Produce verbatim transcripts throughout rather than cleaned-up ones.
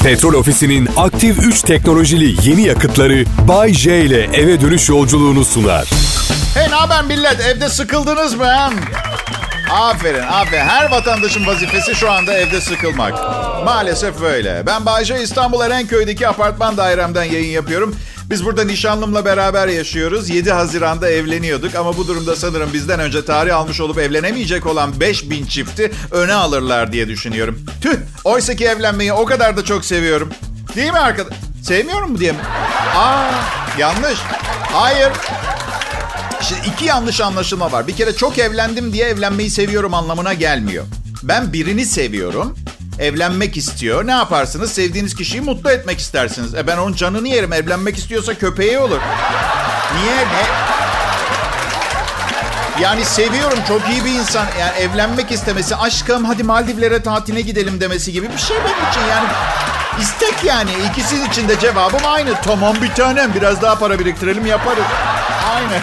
Petrol Ofisi'nin aktif üç teknolojili yeni yakıtları Bay J ile eve dönüş yolculuğunu sunar. Hey, ne haber millet? Evde sıkıldınız mı? Aferin, aferin. Her vatandaşın vazifesi şu anda evde sıkılmak. Maalesef böyle. Ben Bay J, İstanbul Erenköy'deki apartman dairemden yayın yapıyorum. Biz burada nişanlımla beraber yaşıyoruz. yedi Haziran'da evleniyorduk ama bu durumda sanırım bizden önce tarih almış olup evlenemeyecek olan beş bin çifti öne alırlar diye düşünüyorum. Tüh! Oysa ki evlenmeyi o kadar da çok seviyorum. Değil mi arkadaş? Sevmiyorum mu diye mi? Aa, yanlış. Hayır. Şimdi iki yanlış anlaşılma var. Bir kere çok evlendim diye evlenmeyi seviyorum anlamına gelmiyor. Ben birini seviyorum. Evlenmek istiyor. Ne yaparsınız? Sevdiğiniz kişiyi mutlu etmek istersiniz. E ben onun canını yerim. Evlenmek istiyorsa köpeği olur. Niye? Ne? Yani seviyorum. Çok iyi bir insan. Yani evlenmek istemesi, aşkım hadi Maldivlere tatile gidelim demesi gibi bir şey benim için. Yani istek yani. İkisinin için de cevabım aynı. Tamam bir tanem. Biraz daha para biriktirelim yaparız. Aynı.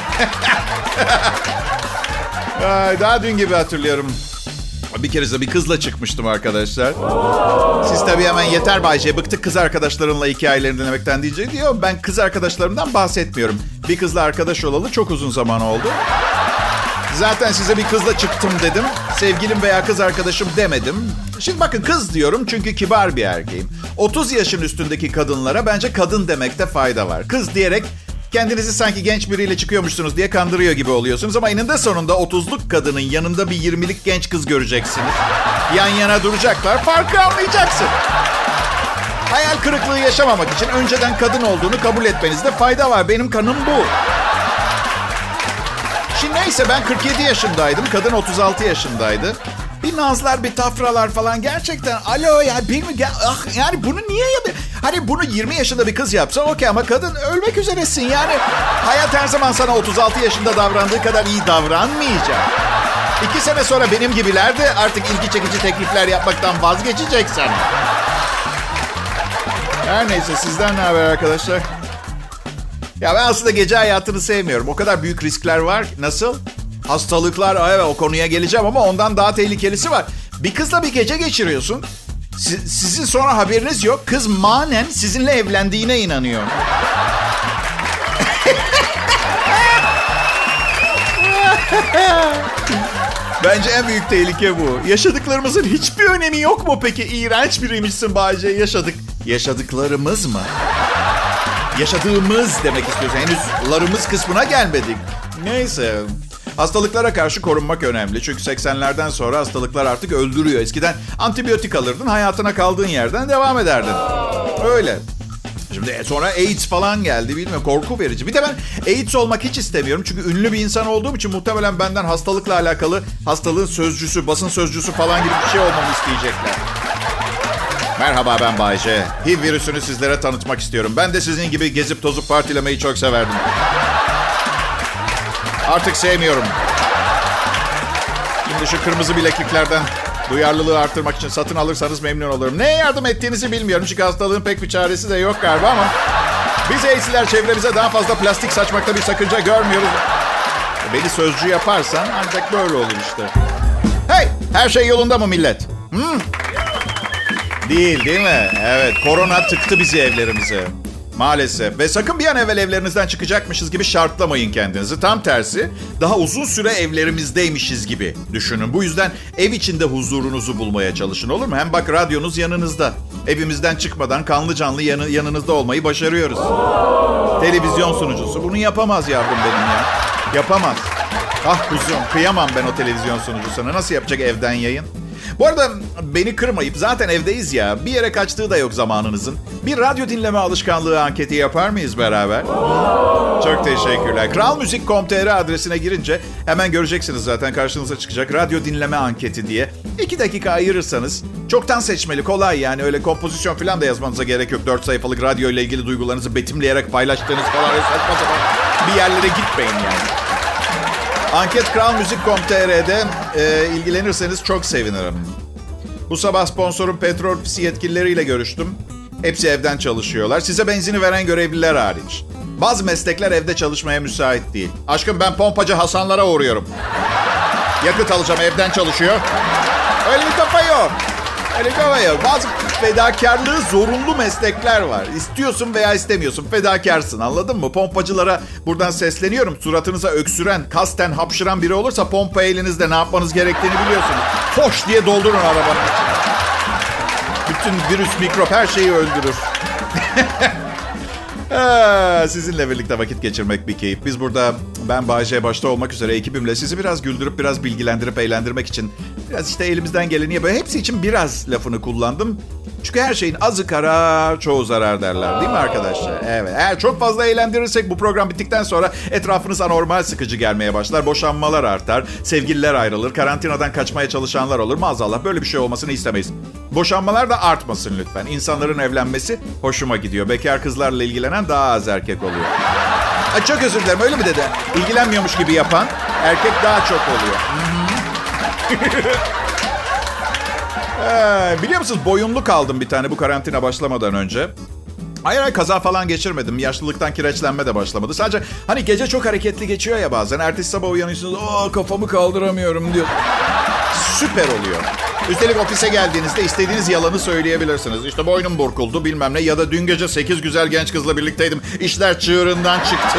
Daha dün gibi hatırlıyorum. Bir keresinde bir kızla çıkmıştım arkadaşlar. Siz tabii hemen yeter Bay J, bıktık kız arkadaşlarınla hikayelerini dinlemekten diyecek diyor. Ben kız arkadaşlarımdan bahsetmiyorum. Bir kızla arkadaş olalı çok uzun zaman oldu. Zaten size bir kızla çıktım dedim. Sevgilim veya kız arkadaşım demedim. Şimdi bakın kız diyorum çünkü kibar bir erkeğim. otuz yaşın üstündeki kadınlara bence kadın demekte fayda var. Kız diyerek kendinizi sanki genç biriyle çıkıyormuşsunuz diye kandırıyor gibi oluyorsunuz. Ama eninde sonunda otuzluk kadının yanında bir yirmilik genç kız göreceksiniz. Yan yana duracaklar, farkı anlayacaksın. Hayal kırıklığı yaşamamak için önceden kadın olduğunu kabul etmenizde fayda var. Benim kanım bu. Şimdi neyse ben kırk yedi yaşındaydım, kadın otuz altı yaşındaydı. Bir nazlar, bir tafralar falan gerçekten. Alo ya bir mi? Ah, yani bunu niye yapıyor? Hani bunu yirmi yaşında bir kız yapsa okey ama kadın ölmek üzeresin. Yani hayat her zaman sana otuz altı yaşında davrandığı kadar iyi davranmayacak. İki sene sonra benim gibiler de artık ilgi çekici teklifler yapmaktan vazgeçecek sana. Her neyse sizden ne haber arkadaşlar? Ya ben aslında gece hayatını sevmiyorum. O kadar büyük riskler var. Nasıl? Hastalıklar, evet o konuya geleceğim ama ondan daha tehlikelisi var. Bir kızla bir gece geçiriyorsun. Si- sizin sonra haberiniz yok. Kız manen sizinle evlendiğine inanıyor. Bence en büyük tehlike bu. Yaşadıklarımızın hiçbir önemi yok mu peki? İğrenç biriymişsin Bayce. Yaşadık. Yaşadıklarımız mı? Yaşadığımız demek istiyorsun. Henüz larımız kısmına gelmedik. Neyse. Hastalıklara karşı korunmak önemli. Çünkü seksenlerden sonra hastalıklar artık öldürüyor. Eskiden antibiyotik alırdın, hayatına kaldığın yerden devam ederdin. Öyle. Şimdi sonra AIDS falan geldi, bilmiyorum, korku verici. Bir de ben AIDS olmak hiç istemiyorum. Çünkü ünlü bir insan olduğum için muhtemelen benden hastalıkla alakalı hastalığın sözcüsü, basın sözcüsü falan gibi bir şey olmamı isteyecekler. Merhaba, ben Bay J. H I V virüsünü sizlere tanıtmak istiyorum. Ben de sizin gibi gezip tozup partilemeyi çok severdim. Artık sevmiyorum. Şimdi şu kırmızı bilekliklerden duyarlılığı artırmak için satın alırsanız memnun olurum. Neye yardım ettiğinizi bilmiyorum çünkü hastalığın pek bir çaresi de yok galiba ama biz AIDS'liler çevremize daha fazla plastik saçmakta bir sakınca görmüyoruz. Beni sözcü yaparsan ancak böyle olur işte. Hey, her şey yolunda mı millet? Hmm. Değil, değil mi? Evet, korona tıktı bizi evlerimize. Maalesef. Ve sakın bir an evvel evlerinizden çıkacakmışız gibi şartlamayın kendinizi. Tam tersi, daha uzun süre evlerimizdeymişiz gibi düşünün. Bu yüzden ev içinde huzurunuzu bulmaya çalışın, olur mu? Hem bak radyonuz yanınızda. Evimizden çıkmadan kanlı canlı yanı, yanınızda olmayı başarıyoruz. Televizyon sunucusu bunu yapamaz yavrum benim ya. Yapamaz. Ah kuzum, kıyamam ben o televizyon sunucusuna. Nasıl yapacak evden yayın? Bu arada beni kırmayıp zaten evdeyiz ya, bir yere kaçtığı da yok zamanınızın. Bir radyo dinleme alışkanlığı anketi yapar mıyız beraber? Çok teşekkürler. kral müzik nokta com nokta tr adresine girince hemen göreceksiniz zaten, karşınıza çıkacak radyo dinleme anketi diye. İki dakika ayırırsanız çoktan seçmeli, kolay yani, öyle kompozisyon falan da yazmanıza gerek yok. Dört sayfalık radyo ile ilgili duygularınızı betimleyerek paylaştığınız falan saçma sapan bir yerlere gitmeyin yani. Anket kral müzik nokta com nokta tr'de e, ilgilenirseniz çok sevinirim. Bu sabah sponsorum Petrol Ofisi yetkilileriyle görüştüm. Hepsi evden çalışıyorlar. Size benzini veren görevliler hariç. Bazı meslekler evde çalışmaya müsait değil. Aşkım ben pompacı Hasanlara uğruyorum. Yakıt alacağım, evden çalışıyor. Öyle bir kafa yok. Öyle bir hava yok. Bazı fedakarlığı zorunlu meslekler var. İstiyorsun veya istemiyorsun. Fedakarsın, anladın mı? Pompacılara buradan sesleniyorum. Suratınıza öksüren, kasten hapşıran biri olursa pompa elinizde ne yapmanız gerektiğini biliyorsunuz. Foş diye doldurun arabanın içine. Bütün virüs, mikrop her şeyi öldürür. Sizinle birlikte vakit geçirmek bir keyif. Biz burada, ben Bay J başta olmak üzere ekibimle sizi biraz güldürüp, biraz bilgilendirip, eğlendirmek için biraz işte elimizden geleni yapıyor. Hepsi için biraz lafını kullandım. Çünkü her şeyin azı kara, çoğu zarar derler. Değil mi arkadaşlar? Evet. Eğer çok fazla eğlendirirsek bu program bittikten sonra etrafınız anormal sıkıcı gelmeye başlar. Boşanmalar artar. Sevgililer ayrılır. Karantinadan kaçmaya çalışanlar olur. Maazallah böyle bir şey olmasını istemeyiz. Boşanmalar da artmasın lütfen. İnsanların evlenmesi hoşuma gidiyor. Bekar kızlarla ilgilenen daha az erkek oluyor. Ay çok özür dilerim, öyle mi dedi? İlgilenmiyormuş gibi yapan erkek daha çok oluyor. Ee, biliyor musunuz, boyunlu kaldım bir tane bu karantina başlamadan önce. Hayır hayır, kaza falan geçirmedim. Yaşlılıktan kireçlenme de başlamadı. Sadece hani gece çok hareketli geçiyor ya bazen. Ertesi sabah uyanıyorsunuz. Aa, kafamı kaldıramıyorum diyor. Süper oluyor. Üstelik ofise geldiğinizde istediğiniz yalanı söyleyebilirsiniz. İşte boynum burkuldu bilmem ne. Ya da dün gece sekiz güzel genç kızla birlikteydim. İşler çığırından çıktı.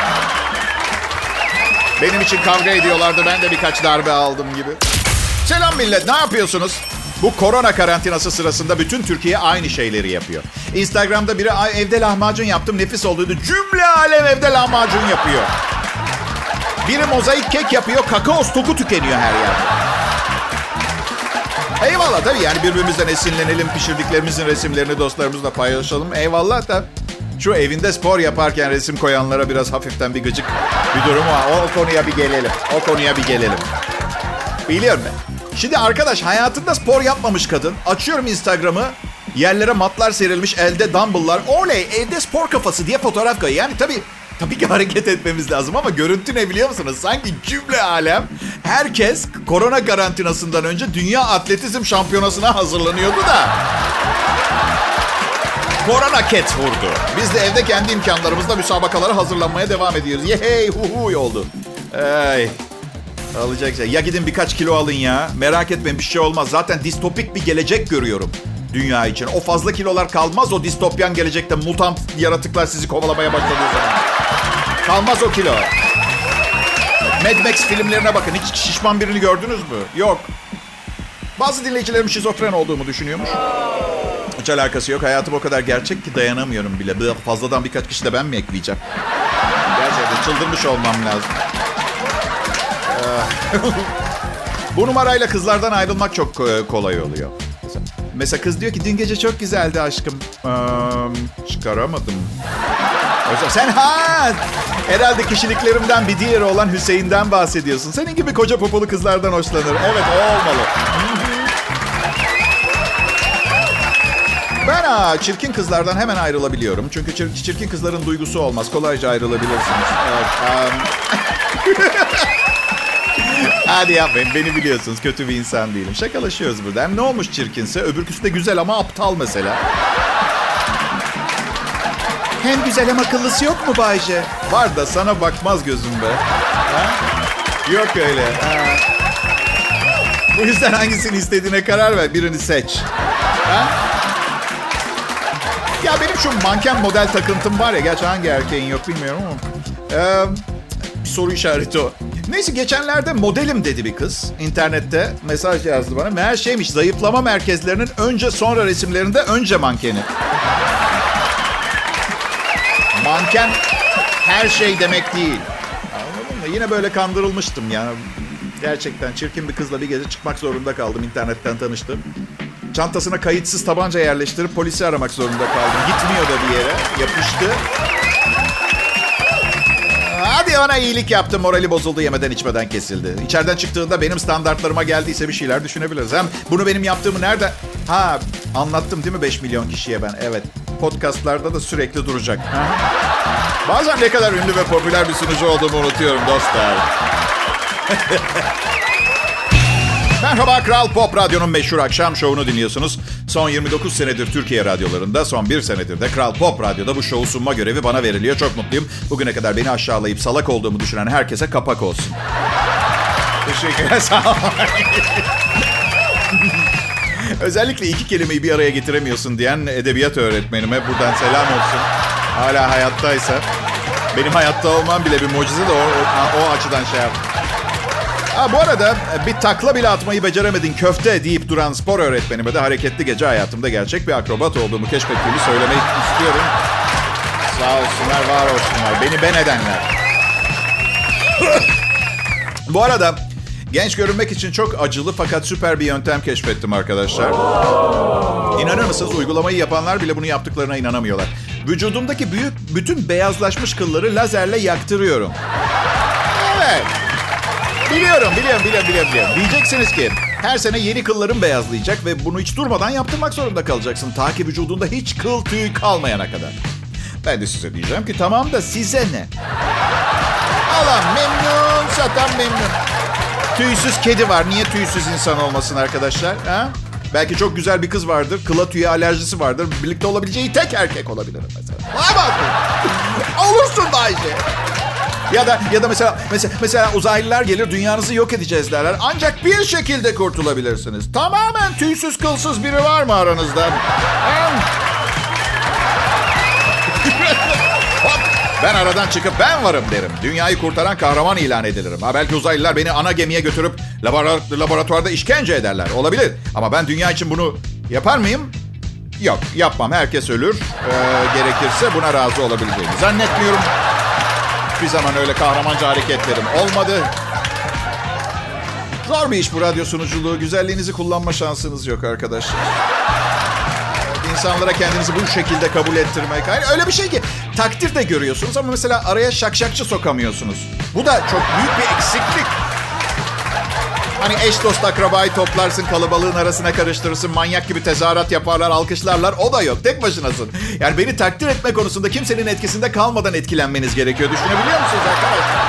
Benim için kavga ediyorlardı. Ben de birkaç darbe aldım gibi. Selam millet, ne yapıyorsunuz? Bu korona karantinası sırasında bütün Türkiye aynı şeyleri yapıyor. Instagram'da biri evde lahmacun yaptım, nefis oldu. Cümle alem evde lahmacun yapıyor. Biri mozaik kek yapıyor, kakao stoku tükeniyor her yerde. Eyvallah tabii, yani birbirimizden esinlenelim, pişirdiklerimizin resimlerini dostlarımızla paylaşalım. Eyvallah da şu evinde spor yaparken resim koyanlara biraz hafiften bir gıcık bir durum var. O, o konuya bir gelelim. O konuya bir gelelim. Biliyorum ben. Şimdi arkadaş, hayatında spor yapmamış kadın. Açıyorum Instagram'ı. Yerlere matlar serilmiş, elde dumbbell'lar. Oley, evde spor kafası diye fotoğraf koyuyor. Yani tabii, tabii ki hareket etmemiz lazım ama görüntü ne biliyor musunuz? Sanki cümle alem herkes korona karantinasından önce Dünya Atletizm Şampiyonası'na hazırlanıyordu da. Korona ket vurdu. Biz de evde kendi imkanlarımızla müsabakalara hazırlanmaya devam ediyoruz. Yehey hu hu oldu. Ey. Alacak şey. Ya gidin birkaç kilo alın ya. Merak etmeyin, bir şey olmaz. Zaten distopik bir gelecek görüyorum dünya için. O fazla kilolar kalmaz, o distopyan gelecekte mutant yaratıklar sizi kovalamaya başladığı zaman. Kalmaz o kilo. Mad Max filmlerine bakın. Hiç şişman birini gördünüz mü? Yok. Bazı dinleyicilerim şizofren olduğumu düşünüyormuş. Hiç alakası yok. Hayatım o kadar gerçek ki dayanamıyorum bile. Fazladan birkaç kişi de ben mi ekleyeceğim? Gerçekten çıldırmış olmam lazım. Bu numarayla kızlardan ayrılmak çok kolay oluyor. Mesela, mesela kız diyor ki dün gece çok güzeldi aşkım. Ee, çıkaramadım. Mesela sen ha herhalde kişiliklerimden bir diğeri olan Hüseyin'den bahsediyorsun. Senin gibi koca popolu kızlardan hoşlanır. Evet, o olmalı. Ben ha, çirkin kızlardan hemen ayrılabiliyorum. Çünkü çir- çirkin kızların duygusu olmaz. Kolayca ayrılabilirsiniz. Evet. Um... Hadi yapmayın, beni biliyorsunuz, kötü bir insan değilim. Şakalaşıyoruz burada. Hem ne olmuş çirkinse, öbürküsü de güzel ama aptal mesela. Hem güzel hem akıllısı yok mu Bayce? Var da sana bakmaz gözüm be. Ha? Yok öyle. Ha. Bu yüzden hangisini istediğine karar ver, birini seç. Ha? Ya benim şu manken model takıntım var ya, gerçi hangi erkeğin yok bilmiyorum ama. Ee, bir soru işareti o. Neyse, geçenlerde modelim dedi bir kız. İnternette mesaj yazdı bana. Meğer şeymiş, zayıflama merkezlerinin önce sonra resimlerinde önce mankeni. Manken her şey demek değil. Anladın mı? Yine böyle kandırılmıştım ya. Gerçekten çirkin bir kızla bir gece çıkmak zorunda kaldım. İnternetten tanıştım. Çantasına kayıtsız tabanca yerleştirip polisi aramak zorunda kaldım. Gitmiyor da bir yere. Yapıştı. Hadi ona iyilik yaptım. Morali bozuldu, yemeden içmeden kesildi. İçeriden çıktığında benim standartlarıma geldiyse bir şeyler düşünebiliriz. Hem bunu benim yaptığımı nerede... Ha, anlattım değil mi beş milyon kişiye ben? Evet. Podcastlarda da sürekli duracak. Ha? Bazen ne kadar ünlü ve popüler bir sunucu olduğumu unutuyorum dostlar. Merhaba, Kral Pop Radyo'nun meşhur akşam şovunu dinliyorsunuz. Son yirmi dokuz senedir Türkiye radyolarında, son bir senedir de Kral Pop Radyo'da bu şovu sunma görevi bana veriliyor. Çok mutluyum. Bugüne kadar beni aşağılayıp salak olduğumu düşünen herkese kapak olsun. Teşekkürler, sağ olun. Özellikle iki kelimeyi bir araya getiremiyorsun diyen edebiyat öğretmenime buradan selam olsun. Hala hayattaysa. Benim hayatta olmam bile bir mucize de o, o, o açıdan şey yap. Ha, bu arada bir takla bile atmayı beceremedin köfte deyip duran spor öğretmenime de hareketli gece hayatımda gerçek bir akrobat olduğumu keşfettiğimi söylemek istiyorum. Sağ olsunlar, var olsunlar. Beni ben edenler. Bu arada genç görünmek için çok acılı fakat süper bir yöntem keşfettim arkadaşlar. İnanır mısınız, uygulamayı yapanlar bile bunu yaptıklarına inanamıyorlar. Vücudumdaki büyük bütün beyazlaşmış kılları lazerle yaktırıyorum. Evet. Biliyorum, biliyorum, biliyorum, biliyorum, biliyorum. Diyeceksiniz ki her sene yeni kılların beyazlayacak ve bunu hiç durmadan yaptırmak zorunda kalacaksın. Ta ki vücudunda hiç kıl tüy kalmayana kadar. Ben de size diyeceğim ki tamam da size ne? Alan memnun, satan memnun. Tüysüz kedi var. Niye tüysüz insan olmasın arkadaşlar? Ha? Belki çok güzel bir kız vardır. Kıla tüye alerjisi vardır. Birlikte olabileceği tek erkek olabilir mesela. Olamaz mı? Olursun da Ayşe. Ya da ya da mesela mesela mesela uzaylılar gelir, dünyanızı yok edeceğiz derler. Ancak bir şekilde kurtulabilirsiniz. Tamamen tüysüz, kılsız biri var mı aranızda? Ben aradan çıkıp ben varım derim. Dünyayı kurtaran kahraman ilan edilirim. Ha, belki uzaylılar beni ana gemiye götürüp labora- laboratuvarda işkence ederler. Olabilir. Ama ben dünya için bunu yapar mıyım? Yok, yapmam. Herkes ölür. Ee, gerekirse buna razı olabileceğimi zannetmiyorum. Hiçbir zaman öyle kahramanca hareketlerim olmadı. Zor bir iş bu radyo sunuculuğu. Güzelliğinizi kullanma şansınız yok arkadaşlar. İnsanlara kendinizi bu şekilde kabul ettirmek. Hayır, öyle bir şey ki takdir de görüyorsunuz ama mesela araya şakşakçı sokamıyorsunuz. Bu da çok büyük bir eksiklik. Hani eş dost akrabayı toplarsın, kalabalığın arasına karıştırırsın, manyak gibi tezahürat yaparlar, alkışlarlar. O da yok, tek başınasın. Yani beni takdir etme konusunda kimsenin etkisinde kalmadan etkilenmeniz gerekiyor. Düşünebiliyor musunuz arkadaşlar?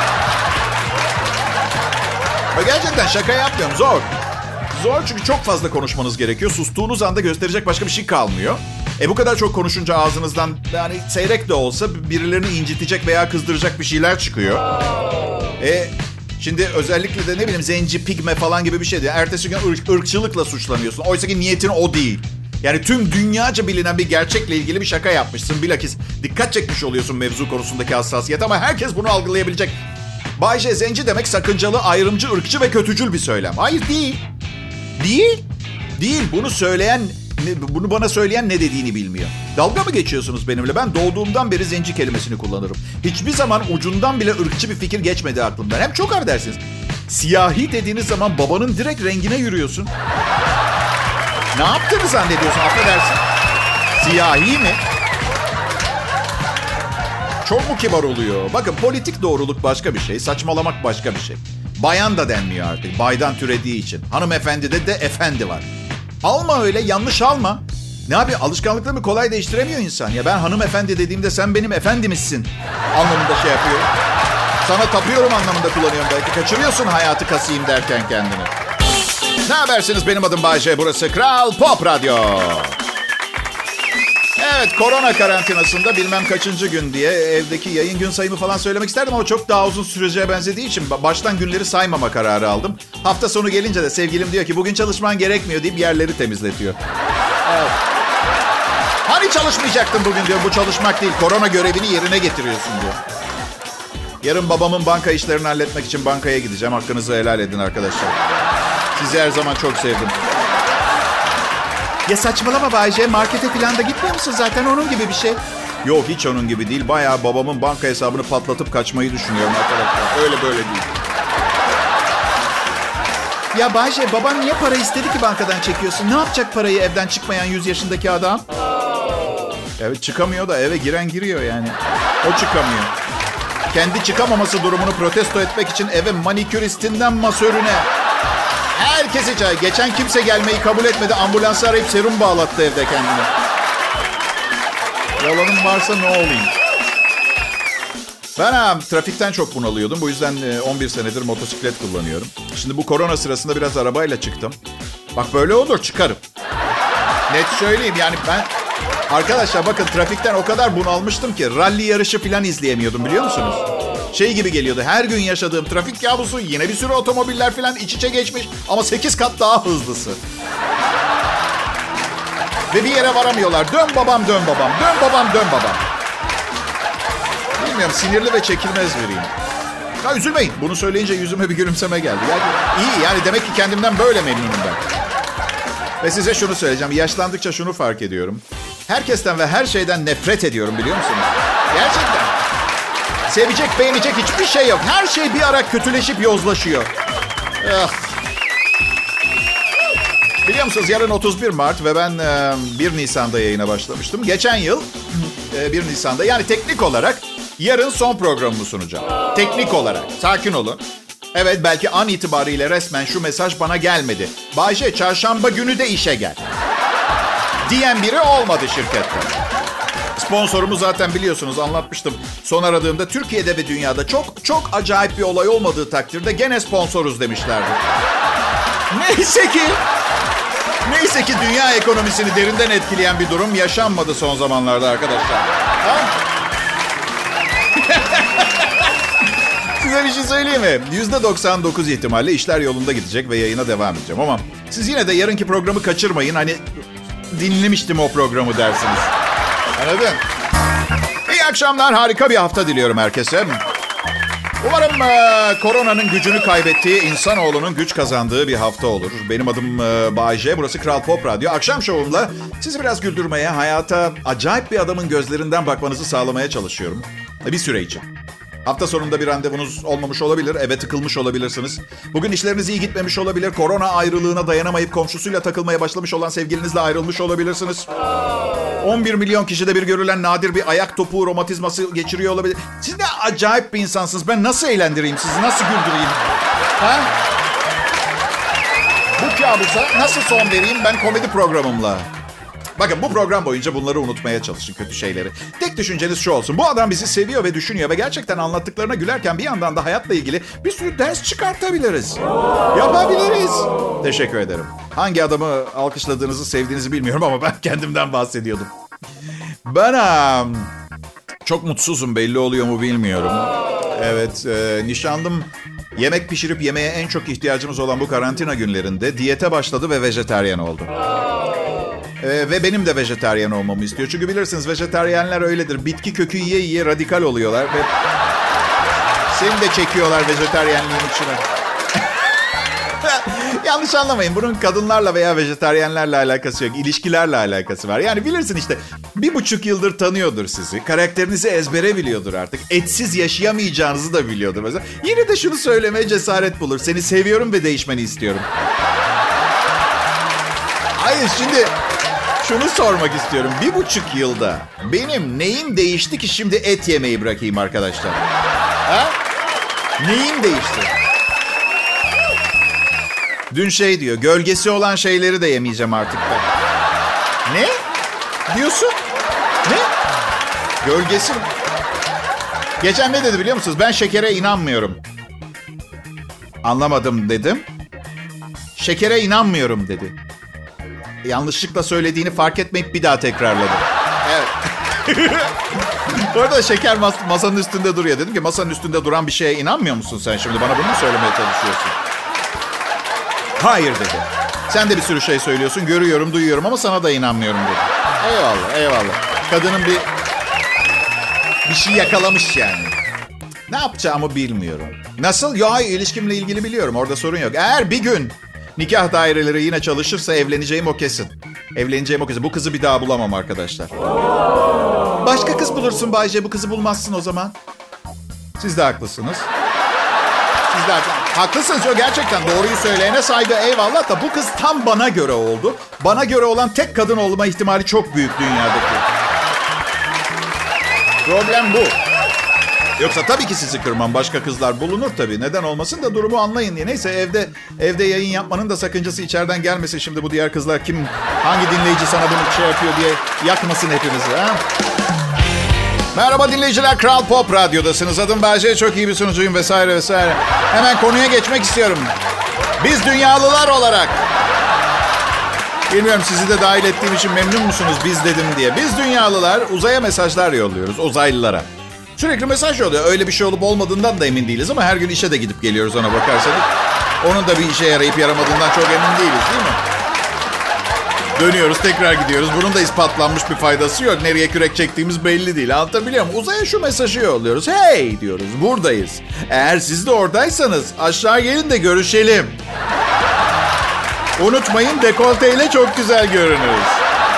Ve gerçekten şaka yapmıyorum, zor. Zor çünkü çok fazla konuşmanız gerekiyor. Sustuğunuz anda gösterecek başka bir şey kalmıyor. E bu kadar çok konuşunca ağzınızdan, yani seyrek de olsa, birilerini incitecek veya kızdıracak bir şeyler çıkıyor. E şimdi özellikle de ne bileyim zenci, pigme falan gibi bir şey diyor. Ertesi gün ırk, ırkçılıkla suçlanıyorsun. Oysa ki niyetin o değil. Yani tüm dünyaca bilinen bir gerçekle ilgili bir şaka yapmışsın. Bilakis dikkat çekmiş oluyorsun mevzu konusundaki hassasiyet ama herkes bunu algılayabilecek. Bay J zenci demek sakıncalı, ayrımcı, ırkçı ve kötücül bir söylem. Hayır, değil. Değil. Değil. Bunu söyleyen, bunu bana söyleyen ne dediğini bilmiyor. Dalga mı geçiyorsunuz benimle? Ben doğduğumdan beri zenci kelimesini kullanırım. Hiçbir zaman ucundan bile ırkçı bir fikir geçmedi aklımdan. Hem çok affedersiniz. Siyahi dediğiniz zaman babanın direkt rengine yürüyorsun. Ne yaptığını zannediyorsun? Affedersin. Siyahi mi? Çok mu kibar oluyor? Bakın, politik doğruluk başka bir şey, saçmalamak başka bir şey. Bayan da denmiyor artık, baydan türediği için. Hanımefendide de efendi var. Alma öyle, yanlış alma. Ne yapayım, alışkanlıklarımı kolay değiştiremiyor insan. Ya ben hanımefendi dediğimde sen benim efendimizsin anlamında şey yapıyorum. Sana tapıyorum anlamında kullanıyorum belki. Kaçırıyorsun hayatı kasayım derken kendini. Ne habersiniz, benim adım Bay J, burası Kral Pop Radyo. Evet, korona karantinasında bilmem kaçıncı gün diye evdeki yayın gün sayımı falan söylemek isterdim ama çok daha uzun süreceğe benzediği için baştan günleri saymama kararı aldım. Hafta sonu gelince de sevgilim diyor ki bugün çalışman gerekmiyor deyip yerleri temizletiyor. Evet. Hani çalışmayacaktın bugün diyor, bu çalışmak değil, korona görevini yerine getiriyorsun diyor. Yarın babamın banka işlerini halletmek için bankaya gideceğim. Hakkınızı helal edin arkadaşlar. Sizi her zaman çok sevdim. Ya saçmalama Bay J, markete falan da gitmiyor musun zaten, onun gibi bir şey? Yok, hiç onun gibi değil. Bayağı babamın banka hesabını patlatıp kaçmayı düşünüyorum arkadaşlar. Öyle böyle değil. Ya Bay J, baban niye para istedi ki bankadan çekiyorsun? Ne yapacak parayı evden çıkmayan yüz yaşındaki adam? Evet, çıkamıyor da eve giren giriyor yani. O çıkamıyor. Kendi çıkamaması durumunu protesto etmek için eve maniküristinden masörüne... Herkese çay. Geçen kimse gelmeyi kabul etmedi. Ambulansı arayıp serum bağlattı evde kendine. Yalanım varsa ne olayım? Ben ha, trafikten çok bunalıyordum. Bu yüzden on bir senedir motosiklet kullanıyorum. Şimdi bu korona sırasında biraz arabayla çıktım. Bak böyle olur, çıkarım. Net söyleyeyim yani ben... Arkadaşlar bakın, trafikten o kadar bunalmıştım ki rally yarışı falan izleyemiyordum, biliyor musunuz? Şey gibi geliyordu, her gün yaşadığım trafik kabusu, yine bir sürü otomobiller falan iç içe geçmiş ama sekiz kat daha hızlısı. Ve bir yere varamıyorlar. Dön babam, dön babam. Dön babam, dön babam. Bilmiyorum, sinirli ve çekilmez biriyim. Ya üzülmeyin. Bunu söyleyince yüzüme bir gülümseme geldi. Yani iyi, yani demek ki kendimden böyle memnunum ben. Ve size şunu söyleyeceğim. Yaşlandıkça şunu fark ediyorum. Herkesten ve her şeyden nefret ediyorum, biliyor musunuz? Gerçekten. Sevecek, beğenecek hiçbir şey yok. Her şey bir ara kötüleşip yozlaşıyor. Ah. Biliyor musunuz, yarın otuz bir Mart ve ben bir Nisan'da yayına başlamıştım. Geçen yıl bir Nisan'da, yani teknik olarak yarın son programımı sunacağım. Teknik olarak. Sakin olun. Evet, belki an itibariyle resmen şu mesaj bana gelmedi. Bayce, çarşamba günü de işe gel diyen biri olmadı şirkette. Sponsorumu zaten biliyorsunuz, anlatmıştım. Son aradığımda Türkiye'de ve dünyada çok çok acayip bir olay olmadığı takdirde gene sponsoruz demişlerdi. Neyse ki Neyse ki dünya ekonomisini derinden etkileyen bir durum yaşanmadı son zamanlarda arkadaşlar. Ha? Size bir şey söyleyeyim mi? yüzde doksan dokuz ihtimalle işler yolunda gidecek ve yayına devam edeceğim. Ama siz yine de yarınki programı kaçırmayın. Hani dinlemiştim o programı dersiniz. Anladın? İyi akşamlar. Harika bir hafta diliyorum herkese. Umarım e, koronanın gücünü kaybettiği, insanoğlunun güç kazandığı bir hafta olur. Benim adım e, Bay J. Burası Kral Pop Radyo. Akşam şovumla sizi biraz güldürmeye, hayata acayip bir adamın gözlerinden bakmanızı sağlamaya çalışıyorum. E, bir süre için. Hafta sonunda bir randevunuz olmamış olabilir. Eve tıkılmış olabilirsiniz. Bugün işleriniz iyi gitmemiş olabilir. Korona ayrılığına dayanamayıp komşusuyla takılmaya başlamış olan sevgilinizle ayrılmış olabilirsiniz. on bir milyon kişide bir görülen nadir bir ayak topuğu romatizması geçiriyor olabilir. Siz ne acayip bir insansınız. Ben nasıl eğlendireyim sizi? Nasıl güldüreyim? Ha? Bu kabusa nasıl son vereyim ben komedi programımla? Bakın, bu program boyunca bunları unutmaya çalışın, kötü şeyleri. Tek düşünceniz şu olsun: bu adam bizi seviyor ve düşünüyor ve gerçekten anlattıklarına gülerken bir yandan da hayatla ilgili bir sürü ders çıkartabiliriz. Yapabiliriz. Teşekkür ederim. Hangi adamı alkışladığınızı, sevdiğinizi bilmiyorum ama ben kendimden bahsediyordum. Ben um, çok mutsuzum, belli oluyor mu bilmiyorum. Evet, e, nişanlım yemek pişirip yemeğe en çok ihtiyacımız olan bu karantina günlerinde diyete başladı ve vejetaryen oldu. Ee, ve benim de vejetaryen olmamı istiyor. Çünkü bilirsiniz, vejetaryenler öyledir. Bitki kökü yiye yiye radikal oluyorlar. Ve seni de çekiyorlar vejetaryenliğin içine. Yanlış anlamayın. Bunun kadınlarla veya vejetaryenlerle alakası yok. İlişkilerle alakası var. Yani bilirsin işte, bir buçuk yıldır tanıyordur sizi. Karakterinizi ezbere biliyordur artık. Etsiz yaşayamayacağınızı da biliyordur mesela. Yine de şunu söylemeye cesaret bulur: seni seviyorum ve değişmeni istiyorum. Hayır, şimdi şunu sormak istiyorum. Bir buçuk yılda benim neyim değişti ki şimdi et yemeyi bırakayım arkadaşlar? Ha? Neyim değişti? Dün şey diyor, gölgesi olan şeyleri de yemeyeceğim artık ben. Ne? Diyorsun? Ne? Gölgesi mi? Geçen ne dedi biliyor musunuz? Ben şekere inanmıyorum. Anlamadım dedim. Şekere inanmıyorum dedi. Yanlışlıkla söylediğini fark etmeyip bir daha tekrarladı. Evet. Bu arada şeker mas- masanın üstünde duruyor. Dedim ki, masanın üstünde duran bir şeye inanmıyor musun sen şimdi? Bana bunu mu söylemeye çalışıyorsun? Hayır dedi. Sen de bir sürü şey söylüyorsun. Görüyorum, duyuyorum ama sana da inanmıyorum dedi. Eyvallah, eyvallah. Kadının bir bir şey yakalamış yani. Ne yapacağımı bilmiyorum. Nasıl? Ya ilişkimle ilgili biliyorum. Orada sorun yok. Eğer bir gün nikah daireleri yine çalışırsa evleneceğim o kesin. Evleneceğim o kesin. Bu kızı bir daha bulamam arkadaşlar. Başka kız bulursun Bayce. Bu kızı bulmazsın o zaman. Siz de haklısınız. Siz de haklısınız. Haklısınız. O gerçekten doğruyu söyleyene saygı, eyvallah da bu kız tam bana göre oldu. Bana göre olan tek kadın olma ihtimali çok büyük dünyadaki. Problem bu. Yoksa tabii ki sizi kırmam. Başka kızlar bulunur tabii. Neden olmasın da durumu anlayın diye. Neyse, evde evde yayın yapmanın da sakıncası içeriden gelmesin. Şimdi bu diğer kızlar kim, hangi dinleyici sana bunu şey yapıyor diye yakmasın hepimizi. Ha? Merhaba dinleyiciler, Kral Pop Radyo'dasınız. Adım Bayce, çok iyi bir sunucuyum vesaire vesaire. Hemen konuya geçmek istiyorum. Biz dünyalılar olarak, bilmiyorum sizi de dahil ettiğim için memnun musunuz biz dedim diye. Biz dünyalılar uzaya mesajlar yolluyoruz, uzaylılara. Sürekli mesaj yolluyor. Öyle bir şey olup olmadığından da emin değiliz ama her gün işe de gidip geliyoruz ona bakarsanız. Onun da bir işe yarayıp yaramadığından çok emin değiliz, değil mi? Dönüyoruz, tekrar gidiyoruz. Bunun da ispatlanmış bir faydası yok. Nereye kürek çektiğimiz belli değil. Anlatabiliyor muyum? Uzaya şu mesajı yolluyoruz. Hey diyoruz, buradayız. Eğer siz de oradaysanız aşağı gelin de görüşelim. Unutmayın, dekolteyle çok güzel görünürüz.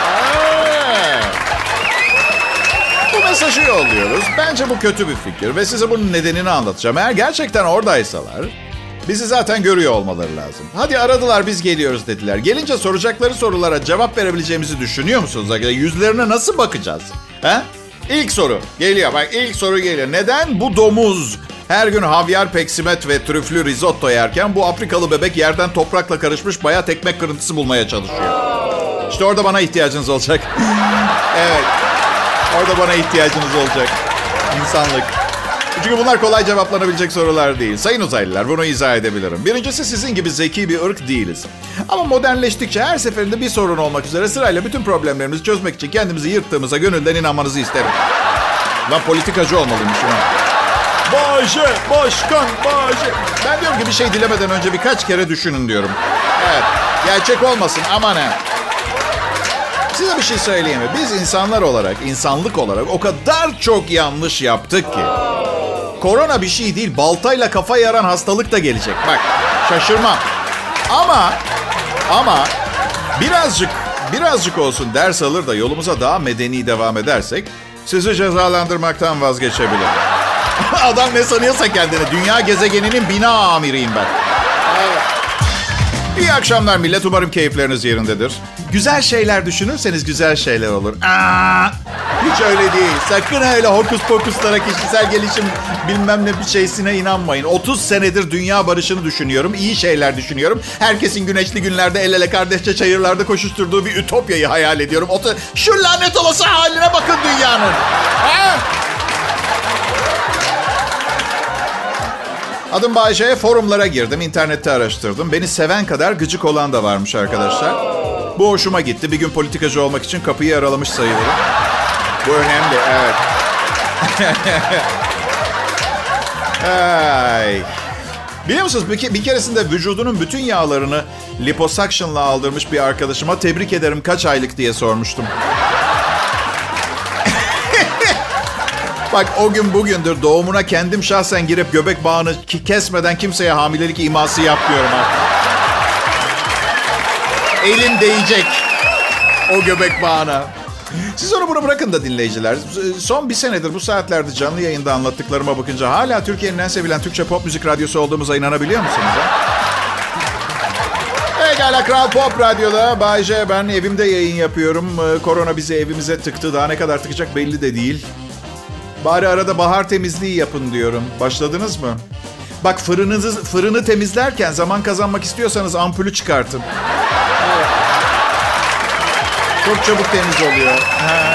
Bu mesajı yolluyoruz. Bence bu kötü bir fikir ve size bunun nedenini anlatacağım. Eğer gerçekten oradaysalar bizi zaten görüyor olmaları lazım. Hadi aradılar, biz geliyoruz dediler. Gelince soracakları sorulara cevap verebileceğimizi düşünüyor musunuz? Yüzlerine nasıl bakacağız? He? İlk soru geliyor. Bak ilk soru geliyor. Neden bu domuz her gün havyar, peksimet ve trüflü risotto yerken bu Afrikalı bebek yerden toprakla karışmış bayat ekmek kırıntısı bulmaya çalışıyor? İşte orada bana ihtiyacınız olacak. Evet. Orada bana ihtiyacınız olacak. İnsanlık. Çünkü bunlar kolay cevaplanabilecek sorular değil. Sayın uzaylılar, bunu izah edebilirim. Birincisi, sizin gibi zeki bir ırk değiliz. Ama modernleştikçe her seferinde bir sorun olmak üzere sırayla bütün problemlerimizi çözmek için kendimizi yırttığımıza gönülden inanmanızı isterim. Lan politikacı olmalıymışım ha. Bağcı, başkan, bağcı. Ben diyorum ki bir şey dilemeden önce birkaç kere düşünün diyorum. Evet, gerçek olmasın aman ha. Size bir şey söyleyeyim mi? Biz insanlar olarak, insanlık olarak o kadar çok yanlış yaptık ki. Korona bir şey değil, baltayla kafa yaran hastalık da gelecek. Bak, şaşırmam. Ama, ama birazcık, birazcık olsun ders alır da yolumuza daha medeni devam edersek sizi cezalandırmaktan vazgeçebilirim. Adam ne sanıyorsa kendini, dünya gezegeninin bina amiriyim ben. İyi akşamlar millet. Umarım keyifleriniz yerindedir. Güzel şeyler düşünürseniz güzel şeyler olur. Aa, hiç öyle değil. Sakın öyle hokus pokuslara, kişisel gelişim bilmem ne bir şeysine inanmayın. otuz senedir dünya barışını düşünüyorum. İyi şeyler düşünüyorum. Herkesin güneşli günlerde el ele kardeşçe çayırlarda koşuşturduğu bir ütopyayı hayal ediyorum. Otu, şu lanet olası haline bakın dünyanın. Ha? Adım Bayce, forumlara girdim, internette araştırdım. Beni seven kadar gıcık olan da varmış arkadaşlar. Bu hoşuma gitti. Bir gün politikacı olmak için kapıyı aralamış sayılırım. Bu önemli, evet. Ay. Biliyor musunuz bir, bir keresinde vücudunun bütün yağlarını liposuction'la aldırmış bir arkadaşıma tebrik ederim kaç aylık diye sormuştum. Bak o gün bugündür doğumuna kendim şahsen girip göbek bağını kesmeden kimseye hamilelik iması yapmıyorum artık. Elim değecek o göbek bağına. Siz onu bunu bırakın da dinleyiciler. Son bir senedir bu saatlerde canlı yayında anlattıklarıma bakınca hala Türkiye'nin en sevilen Türkçe pop müzik radyosu olduğumuza inanabiliyor musunuz? Pekala, Kral Pop Radyo'da Bay J, ben evimde yayın yapıyorum. Korona bizi evimize tıktı. Daha ne kadar tıkacak belli de değil. Bari arada bahar temizliği yapın diyorum. Başladınız mı? Bak fırınınızı, fırını temizlerken zaman kazanmak istiyorsanız ampulü çıkartın. Evet. Çok çabuk temiz oluyor. Ha.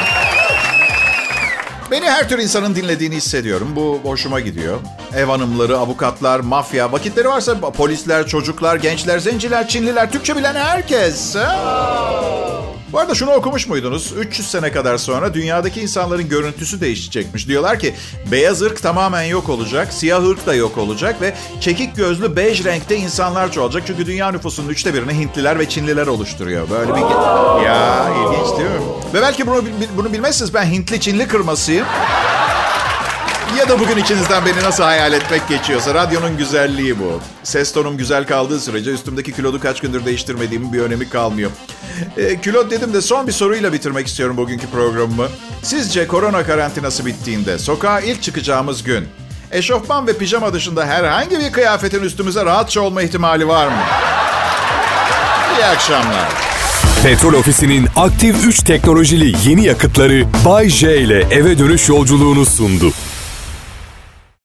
Beni her tür insanın dinlediğini hissediyorum. Bu hoşuma gidiyor. Ev hanımları, avukatlar, mafya, vakitleri varsa polisler, çocuklar, gençler, zenciler, Çinliler, Türkçe bilen herkes. Ha? Bu arada şunu okumuş muydunuz? üç yüz sene kadar sonra dünyadaki insanların görüntüsü değişecekmiş. Diyorlar ki beyaz ırk tamamen yok olacak, siyah ırk da yok olacak ve çekik gözlü bej renkte insanlar çoğalacak. Çünkü dünya nüfusunun üçte birini Hintliler ve Çinliler oluşturuyor. Böyle bir... Ya ilginç değil mi? Ve belki bunu, bunu bilmezsiniz, ben Hintli Çinli kırmasıyım. Ya da bugün içinizden beni nasıl hayal etmek geçiyorsa, radyonun güzelliği bu. Ses tonum güzel kaldığı sürece üstümdeki kilodu kaç gündür değiştirmediğimin bir önemi kalmıyor. E, kilot dedim de son bir soruyla bitirmek istiyorum bugünkü programımı. Sizce korona karantinası bittiğinde sokağa ilk çıkacağımız gün eşofman ve pijama dışında herhangi bir kıyafetin üstümüze rahatça olma ihtimali var mı? İyi akşamlar. Petrol Ofisi'nin aktif üç teknolojili yeni yakıtları Bay J ile eve dönüş yolculuğunu sundu.